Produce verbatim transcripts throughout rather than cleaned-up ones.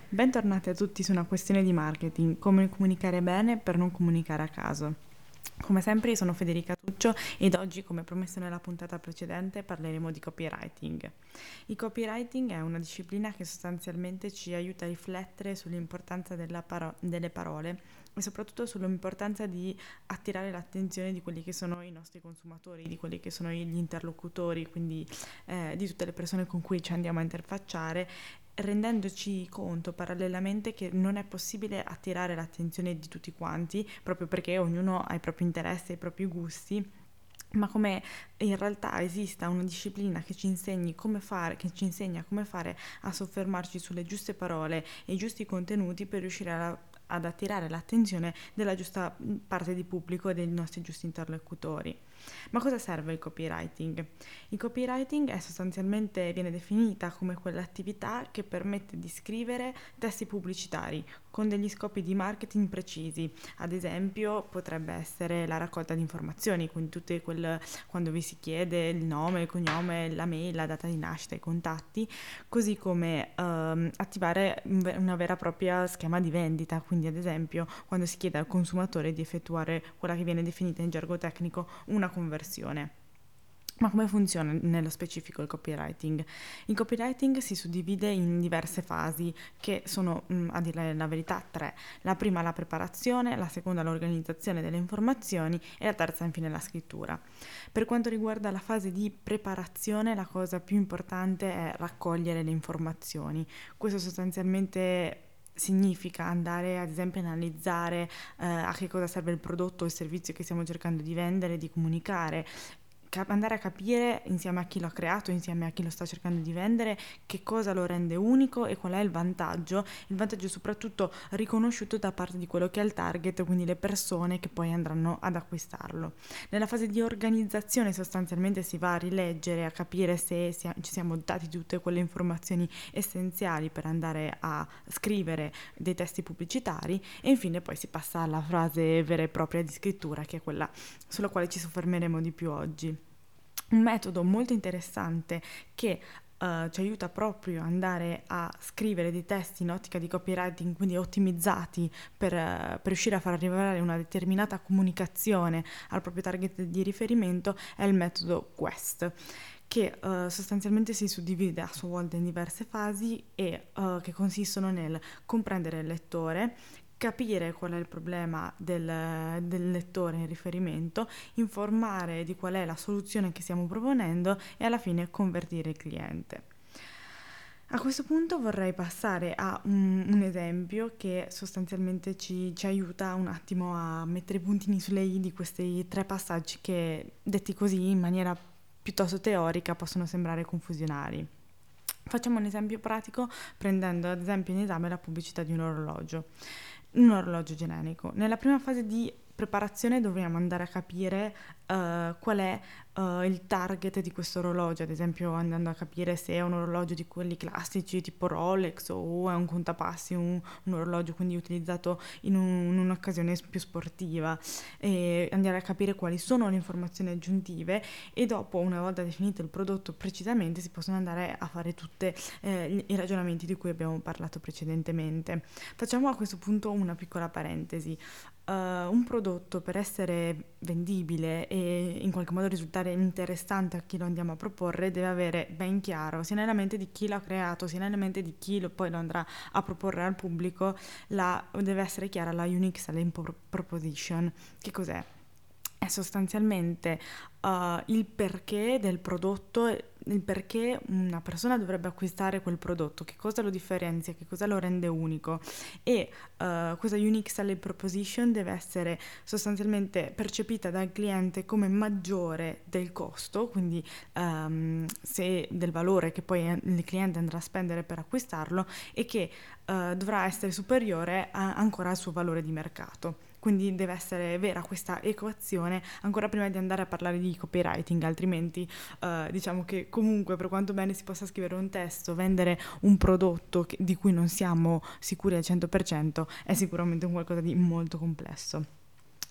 Bentornati a tutti su una questione di marketing, come comunicare bene per non comunicare a caso. Come sempre io sono Federica Tuccio ed oggi, come promesso nella puntata precedente, parleremo di copywriting. Il copywriting è una disciplina che sostanzialmente ci aiuta a riflettere sull'importanza della paro- delle parole e soprattutto sull'importanza di attirare l'attenzione di quelli che sono i nostri consumatori, di quelli che sono gli interlocutori, quindi eh, di tutte le persone con cui ci andiamo a interfacciare, rendendoci conto parallelamente che non è possibile attirare l'attenzione di tutti quanti, proprio perché ognuno ha i propri interessi e i propri gusti, ma come in realtà esista una disciplina che ci insegni come fare, che ci insegna come fare a soffermarci sulle giuste parole e i giusti contenuti per riuscire a, ad attirare l'attenzione della giusta parte di pubblico e dei nostri giusti interlocutori. Ma cosa serve il copywriting? Il copywriting è sostanzialmente, viene definita come quell'attività che permette di scrivere testi pubblicitari con degli scopi di marketing precisi. Ad esempio potrebbe essere la raccolta di informazioni, quindi tutte quel, quando vi si chiede il nome, il cognome, la mail, la data di nascita, i contatti, così come ehm, attivare una vera e propria schema di vendita, quindi ad esempio quando si chiede al consumatore di effettuare quella che viene definita in gergo tecnico una conversione. Ma come funziona nello specifico il copywriting? Il copywriting si suddivide in diverse fasi che sono, mh, a dire la verità, tre. La prima la preparazione, la seconda l'organizzazione delle informazioni e la terza infine la scrittura. Per quanto riguarda la fase di preparazione, la cosa più importante è raccogliere le informazioni. Questo sostanzialmente significa andare ad esempio a analizzare eh, a che cosa serve il prodotto o il servizio che stiamo cercando di vendere, di comunicare, andare a capire insieme a chi l'ha creato, insieme a chi lo sta cercando di vendere, che cosa lo rende unico e qual è il vantaggio, il vantaggio soprattutto riconosciuto da parte di quello che è il target, quindi le persone che poi andranno ad acquistarlo. Nella fase di organizzazione sostanzialmente si va a rileggere, a capire se ci siamo dati di tutte quelle informazioni essenziali per andare a scrivere dei testi pubblicitari e infine poi si passa alla fase vera e propria di scrittura, che è quella sulla quale ci soffermeremo di più oggi. Un metodo molto interessante che uh, ci aiuta proprio ad andare a scrivere dei testi in ottica di copywriting, quindi ottimizzati per, uh, per riuscire a far arrivare una determinata comunicazione al proprio target di riferimento, è il metodo Quest, che uh, sostanzialmente si suddivide a sua volta in diverse fasi e uh, che consistono nel comprendere il lettore, capire qual è il problema del, del lettore in riferimento, informare di qual è la soluzione che stiamo proponendo e alla fine convertire il cliente. A questo punto vorrei passare a un, un esempio che sostanzialmente ci, ci aiuta un attimo a mettere i puntini sulle i di questi tre passaggi che, detti così in maniera piuttosto teorica, possono sembrare confusionari. Facciamo un esempio pratico prendendo ad esempio in esame la pubblicità di un orologio. Un orologio generico. Nella prima fase di preparazione dovremo andare a capire uh, qual è uh, il target di questo orologio, ad esempio andando a capire se è un orologio di quelli classici tipo Rolex o è un contapassi, un, un orologio quindi utilizzato in, un, in un'occasione più sportiva, e andare a capire quali sono le informazioni aggiuntive e dopo, una volta definito il prodotto precisamente, si possono andare a fare tutti eh, i ragionamenti di cui abbiamo parlato precedentemente. Facciamo a questo punto una piccola parentesi. Uh, un prodotto per essere vendibile e in qualche modo risultare interessante a chi lo andiamo a proporre deve avere ben chiaro sia nella mente di chi l'ha creato sia nella mente di chi lo, poi lo andrà a proporre al pubblico, la, deve essere chiara la unique selling proposition. Che cos'è? È sostanzialmente uh, il perché del prodotto, il perché una persona dovrebbe acquistare quel prodotto, che cosa lo differenzia, che cosa lo rende unico, e uh, questa unique selling proposition deve essere sostanzialmente percepita dal cliente come maggiore del costo, quindi um, se del valore che poi il cliente andrà a spendere per acquistarlo, e che uh, dovrà essere superiore a, ancora al suo valore di mercato. Quindi deve essere vera questa equazione ancora prima di andare a parlare di copywriting, altrimenti uh, diciamo che comunque, per quanto bene si possa scrivere un testo, vendere un prodotto che, di cui non siamo sicuri al cento per cento è sicuramente un qualcosa di molto complesso.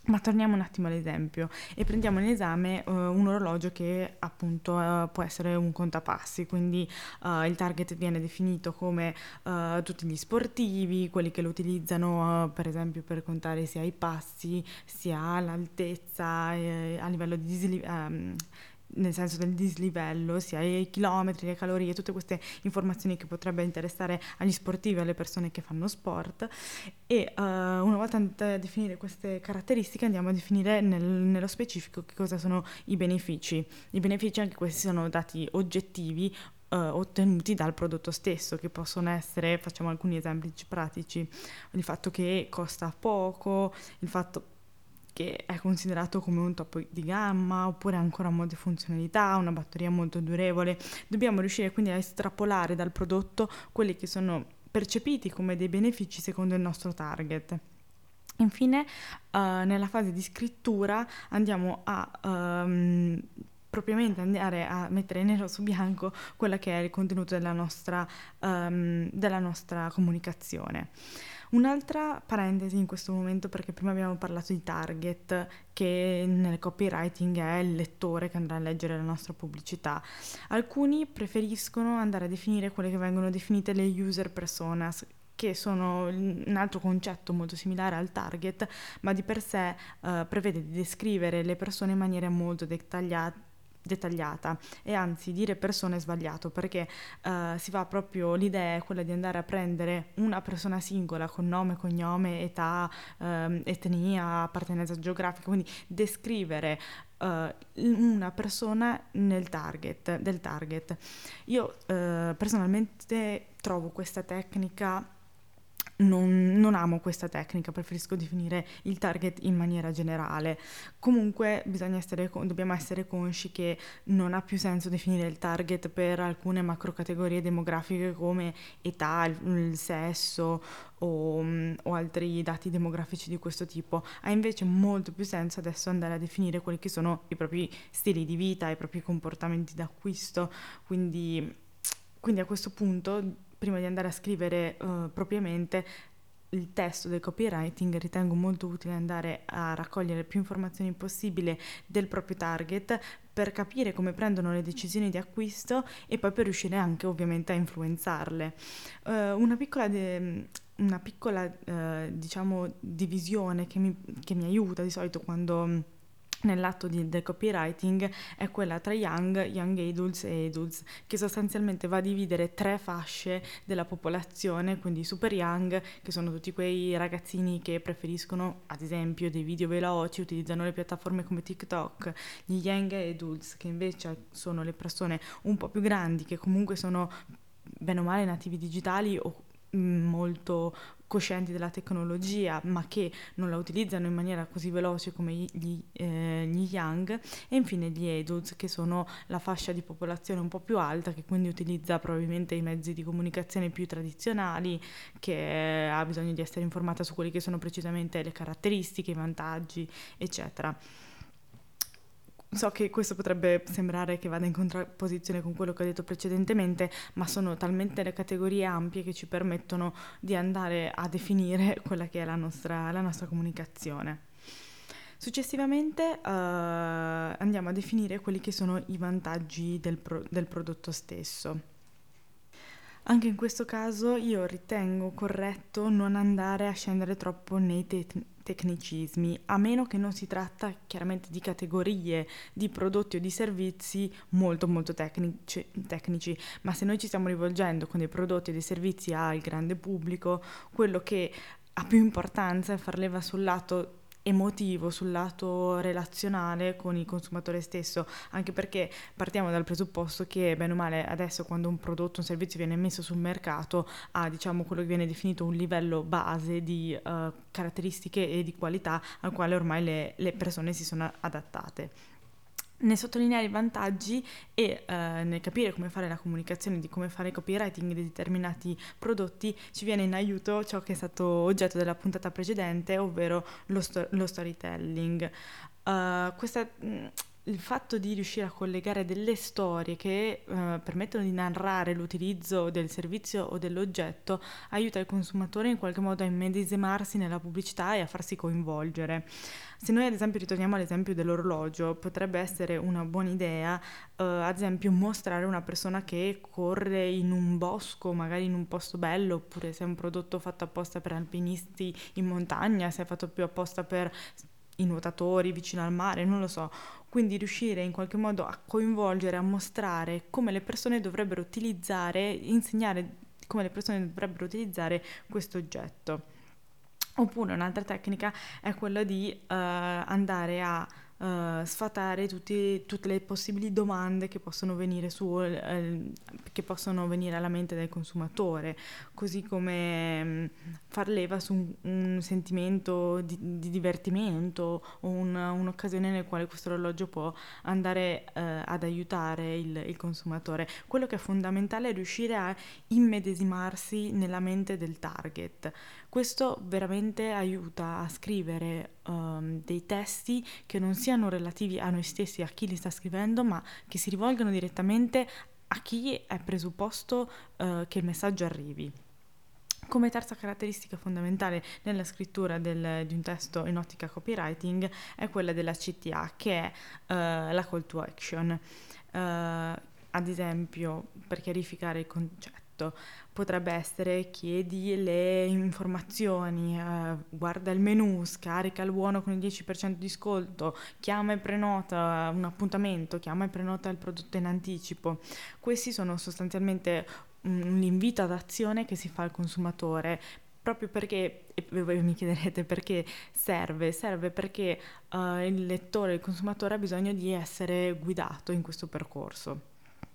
Ma torniamo un attimo all'esempio e prendiamo in esame uh, un orologio che appunto uh, può essere un contapassi, quindi uh, il target viene definito come uh, tutti gli sportivi, quelli che lo utilizzano uh, per esempio per contare sia i passi, sia l'altezza, eh, a livello di disli- um, nel senso del dislivello, sia i chilometri, le calorie, tutte queste informazioni che potrebbe interessare agli sportivi, alle persone che fanno sport. E uh, una volta andate a definire queste caratteristiche andiamo a definire nel- nello specifico che cosa sono i benefici. I benefici, anche questi, sono dati oggettivi uh, ottenuti dal prodotto stesso, che possono essere, facciamo alcuni esempi pratici, il fatto che costa poco, il fatto che è considerato come un top di gamma, oppure ha ancora molte funzionalità, una batteria molto durevole. Dobbiamo riuscire quindi a estrapolare dal prodotto quelli che sono percepiti come dei benefici secondo il nostro target. Infine, uh, nella fase di scrittura andiamo a um, propriamente andare a mettere nero su bianco quello che è il contenuto della nostra, um, della nostra comunicazione. Un'altra parentesi in questo momento, perché prima abbiamo parlato di target, che nel copywriting è il lettore che andrà a leggere la nostra pubblicità. Alcuni preferiscono andare a definire quelle che vengono definite le user personas, che sono un altro concetto molto similare al target, ma di per sé eh, prevede di descrivere le persone in maniera molto dettagliata dettagliata e anzi dire persone è sbagliato, perché eh, si va proprio, l'idea è quella di andare a prendere una persona singola con nome, cognome, età, ehm, etnia, appartenenza geografica, quindi descrivere eh, una persona nel target, del target. Io eh, personalmente trovo questa tecnica non, non amo questa tecnica, preferisco definire il target in maniera generale. Comunque bisogna essere, dobbiamo essere consci che non ha più senso definire il target per alcune macrocategorie demografiche come età, il, il sesso o, o altri dati demografici di questo tipo. Ha invece molto più senso adesso andare a definire quelli che sono i propri stili di vita, i propri comportamenti d'acquisto, quindi... Quindi a questo punto, prima di andare a scrivere uh, propriamente il testo del copywriting, ritengo molto utile andare a raccogliere più informazioni possibile del proprio target per capire come prendono le decisioni di acquisto e poi per riuscire anche ovviamente a influenzarle. Uh, una piccola... De- una piccola uh, diciamo divisione che mi, che mi aiuta di solito quando nell'atto di, del copywriting è quella tra young, young adults e adults, che sostanzialmente va a dividere tre fasce della popolazione, quindi super young, che sono tutti quei ragazzini che preferiscono ad esempio dei video veloci, utilizzano le piattaforme come TikTok, gli young adults che invece sono le persone un po' più grandi che comunque sono bene o male nativi digitali o molto coscienti della tecnologia ma che non la utilizzano in maniera così veloce come gli, eh, gli young, e infine gli adults, che sono la fascia di popolazione un po' più alta, che quindi utilizza probabilmente i mezzi di comunicazione più tradizionali, che ha bisogno di essere informata su quelli che sono precisamente le caratteristiche, i vantaggi, eccetera. So che questo potrebbe sembrare che vada in contrapposizione con quello che ho detto precedentemente, ma sono talmente le categorie ampie che ci permettono di andare a definire quella che è la nostra, la nostra comunicazione. Successivamente uh, andiamo a definire quelli che sono i vantaggi del, pro- del prodotto stesso. Anche in questo caso io ritengo corretto non andare a scendere troppo nei te- tecnicismi, a meno che non si tratta chiaramente di categorie di prodotti o di servizi molto molto tecnici, tecnici, ma se noi ci stiamo rivolgendo con dei prodotti e dei servizi al grande pubblico, quello che ha più importanza è far leva sul lato emotivo, sul lato relazionale con il consumatore stesso, anche perché partiamo dal presupposto che bene o male adesso quando un prodotto o un servizio viene messo sul mercato ha, diciamo, quello che viene definito un livello base di uh, caratteristiche e di qualità al quale ormai le, le persone si sono adattate. Nel sottolineare i vantaggi e eh, nel capire come fare la comunicazione, di come fare il copywriting di determinati prodotti, ci viene in aiuto ciò che è stato oggetto della puntata precedente, ovvero lo, sto- lo storytelling. Uh, questa, il fatto di riuscire a collegare delle storie che eh, permettono di narrare l'utilizzo del servizio o dell'oggetto aiuta il consumatore in qualche modo a immedesimarsi nella pubblicità e a farsi coinvolgere. Se noi ad esempio ritorniamo all'esempio dell'orologio, potrebbe essere una buona idea, eh, ad esempio, mostrare una persona che corre in un bosco, magari in un posto bello, oppure se è un prodotto fatto apposta per alpinisti in montagna, se è fatto più apposta per i nuotatori vicino al mare, non lo so. Quindi riuscire in qualche modo a coinvolgere, a mostrare come le persone dovrebbero utilizzare, insegnare come le persone dovrebbero utilizzare questo oggetto. Oppure un'altra tecnica è quella di eh, andare a eh, sfatare tutti- tutte le possibili domande che possono venire su, eh, che possono venire alla mente del consumatore, così come mh, far leva su un, un sentimento di, di divertimento o un- un'occasione nel quale questo orologio può andare eh, ad aiutare il, il consumatore. Quello che è fondamentale è riuscire a immedesimarsi nella mente del target. Questo veramente aiuta a scrivere um, dei testi che non siano relativi a noi stessi, a chi li sta scrivendo, ma che si rivolgano direttamente a chi è presupposto uh, che il messaggio arrivi. Come terza caratteristica fondamentale nella scrittura del- di un testo in ottica copywriting è quella della C T A, che è eh, la call to action. Eh, ad esempio, per chiarificare il concetto, potrebbe essere chiedi le informazioni, eh, guarda il menu, scarica il buono con il dieci per cento di sconto, chiama e prenota un appuntamento, chiama e prenota il prodotto in anticipo. Questi sono sostanzialmente un invito ad azione che si fa al consumatore, proprio perché, e voi mi chiederete perché serve, serve perché eh, il lettore, il consumatore ha bisogno di essere guidato in questo percorso.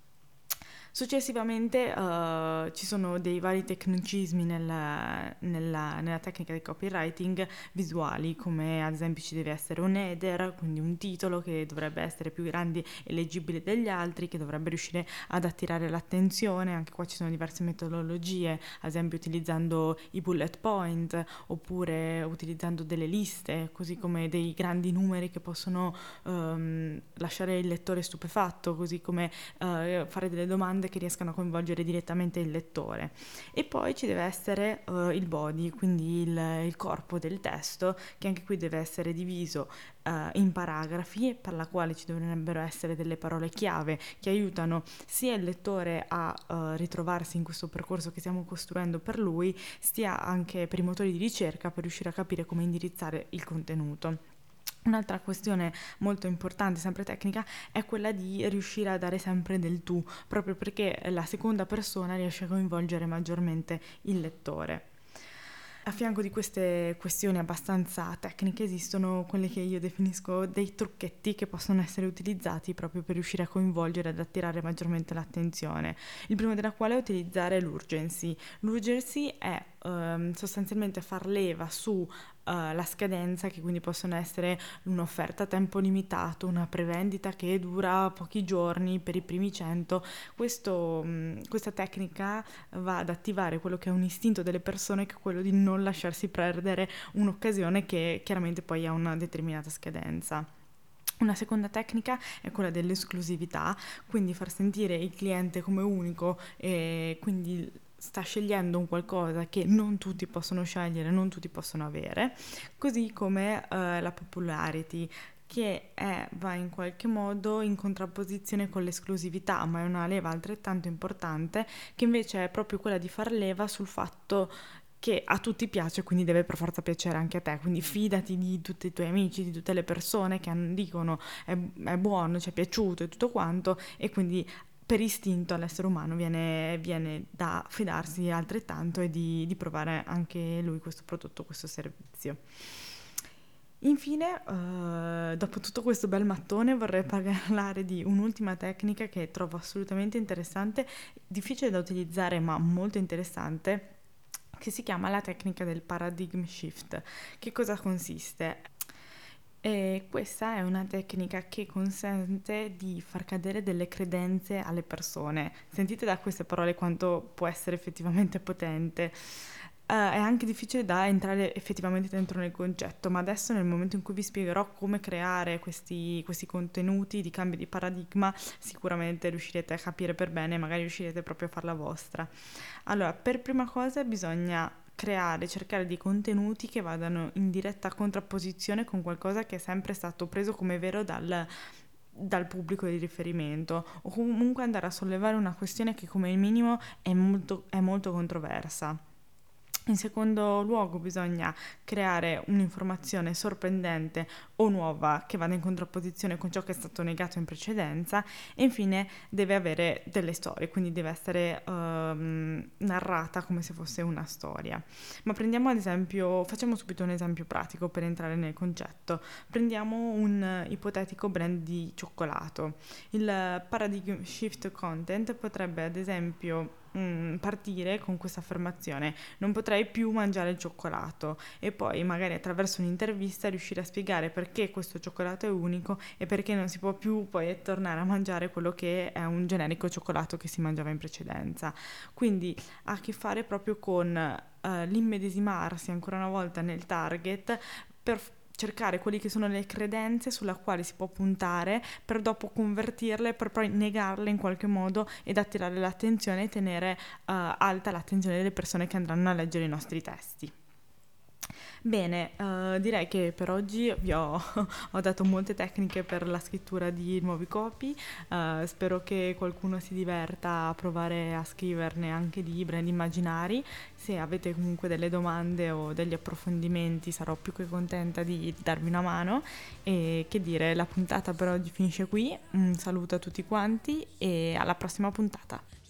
Successivamente eh, ci sono dei vari tecnicismi nella, nella- nella tecnica di copywriting visuali, come ad esempio ci deve essere un header, quindi un titolo che dovrebbe essere più grande e leggibile degli altri, che dovrebbe riuscire ad attirare l'attenzione. Anche qua ci sono diverse metodologie, ad esempio utilizzando i bullet point oppure utilizzando delle liste, così come dei grandi numeri che possono ehm, lasciare il lettore stupefatto, così come eh, fare delle domande che riescano a coinvolgere direttamente il lettore. E poi ci deve essere eh, il body, quindi il, il corpo del testo, che anche qui deve essere diviso eh, in paragrafi, per la quale ci dovrebbero essere delle parole chiave che aiutano sia il lettore a eh, ritrovarsi in questo percorso che stiamo costruendo per lui, sia anche per i motori di ricerca per riuscire a capire come indirizzare il contenuto. Un'altra questione molto importante, sempre tecnica, è quella di riuscire a dare sempre del tu, proprio perché la seconda persona riesce a coinvolgere maggiormente il lettore. A fianco di queste questioni abbastanza tecniche esistono quelle che io definisco dei trucchetti che possono essere utilizzati proprio per riuscire a coinvolgere ed attirare maggiormente l'attenzione. Il primo della quale è utilizzare l'urgency. L'urgency è ehm, sostanzialmente far leva su eh, la scadenza, che quindi possono essere un'offerta a tempo limitato, una prevendita che dura pochi giorni per i primi cento. Questo, mh, questa tecnica va ad attivare quello che è un istinto delle persone, che è quello di non lasciarsi perdere un'occasione che chiaramente poi ha una determinata scadenza. Una seconda tecnica è quella dell'esclusività, quindi far sentire il cliente come unico e quindi sta scegliendo un qualcosa che non tutti possono scegliere, non tutti possono avere, così come eh, la popularity, che è, va in qualche modo in contrapposizione con l'esclusività, ma è una leva altrettanto importante, che invece è proprio quella di far leva sul fatto che a tutti piace, quindi deve per forza piacere anche a te, quindi fidati di tutti i tuoi amici, di tutte le persone che dicono è, è buono, ci è piaciuto e tutto quanto, e quindi per istinto all'essere umano viene, viene da fidarsi altrettanto e di, di provare anche lui questo prodotto, questo servizio. Infine, eh, dopo tutto questo bel mattone, vorrei parlare di un'ultima tecnica che trovo assolutamente interessante, difficile da utilizzare ma molto interessante, che si chiama la tecnica del paradigm shift. Che cosa consiste? E questa è una tecnica che consente di far cadere delle credenze alle persone. Sentite da queste parole quanto può essere effettivamente potente. è anche difficile da entrare effettivamente dentro nel concetto, ma adesso nel momento in cui vi spiegherò come creare questi, questi contenuti di cambio di paradigma, sicuramente riuscirete a capire per bene e magari riuscirete proprio a farla vostra. Allora, per prima cosa bisogna creare, cercare dei contenuti che vadano in diretta contrapposizione con qualcosa che è sempre stato preso come vero dal, dal pubblico di riferimento, o comunque andare a sollevare una questione che come minimo è molto, è molto controversa. In secondo luogo bisogna creare un'informazione sorprendente o nuova che vada in contrapposizione con ciò che è stato negato in precedenza, e infine deve avere delle storie, quindi deve essere um, narrata come se fosse una storia. Ma prendiamo ad esempio, facciamo subito un esempio pratico per entrare nel concetto. Prendiamo un ipotetico brand di cioccolato. Il paradigm shift content potrebbe ad esempio Mm, partire con questa affermazione: non potrei più mangiare il cioccolato, e poi magari attraverso un'intervista riuscire a spiegare perché questo cioccolato è unico e perché non si può più poi tornare a mangiare quello che è un generico cioccolato che si mangiava in precedenza. Quindi ha a che fare proprio con eh, l'immedesimarsi ancora una volta nel target, per cercare quelle che sono le credenze sulla quale si può puntare per dopo convertirle, per poi negarle in qualche modo ed attirare l'attenzione e tenere uh, alta l'attenzione delle persone che andranno a leggere i nostri testi. Bene, uh, direi che per oggi vi ho, ho dato molte tecniche per la scrittura di nuovi copy. Uh, spero che qualcuno si diverta a provare a scriverne anche di brand immaginari. Se avete comunque delle domande o degli approfondimenti sarò più che contenta di darvi una mano, e che dire, la puntata per oggi finisce qui. Un saluto a tutti quanti e alla prossima puntata.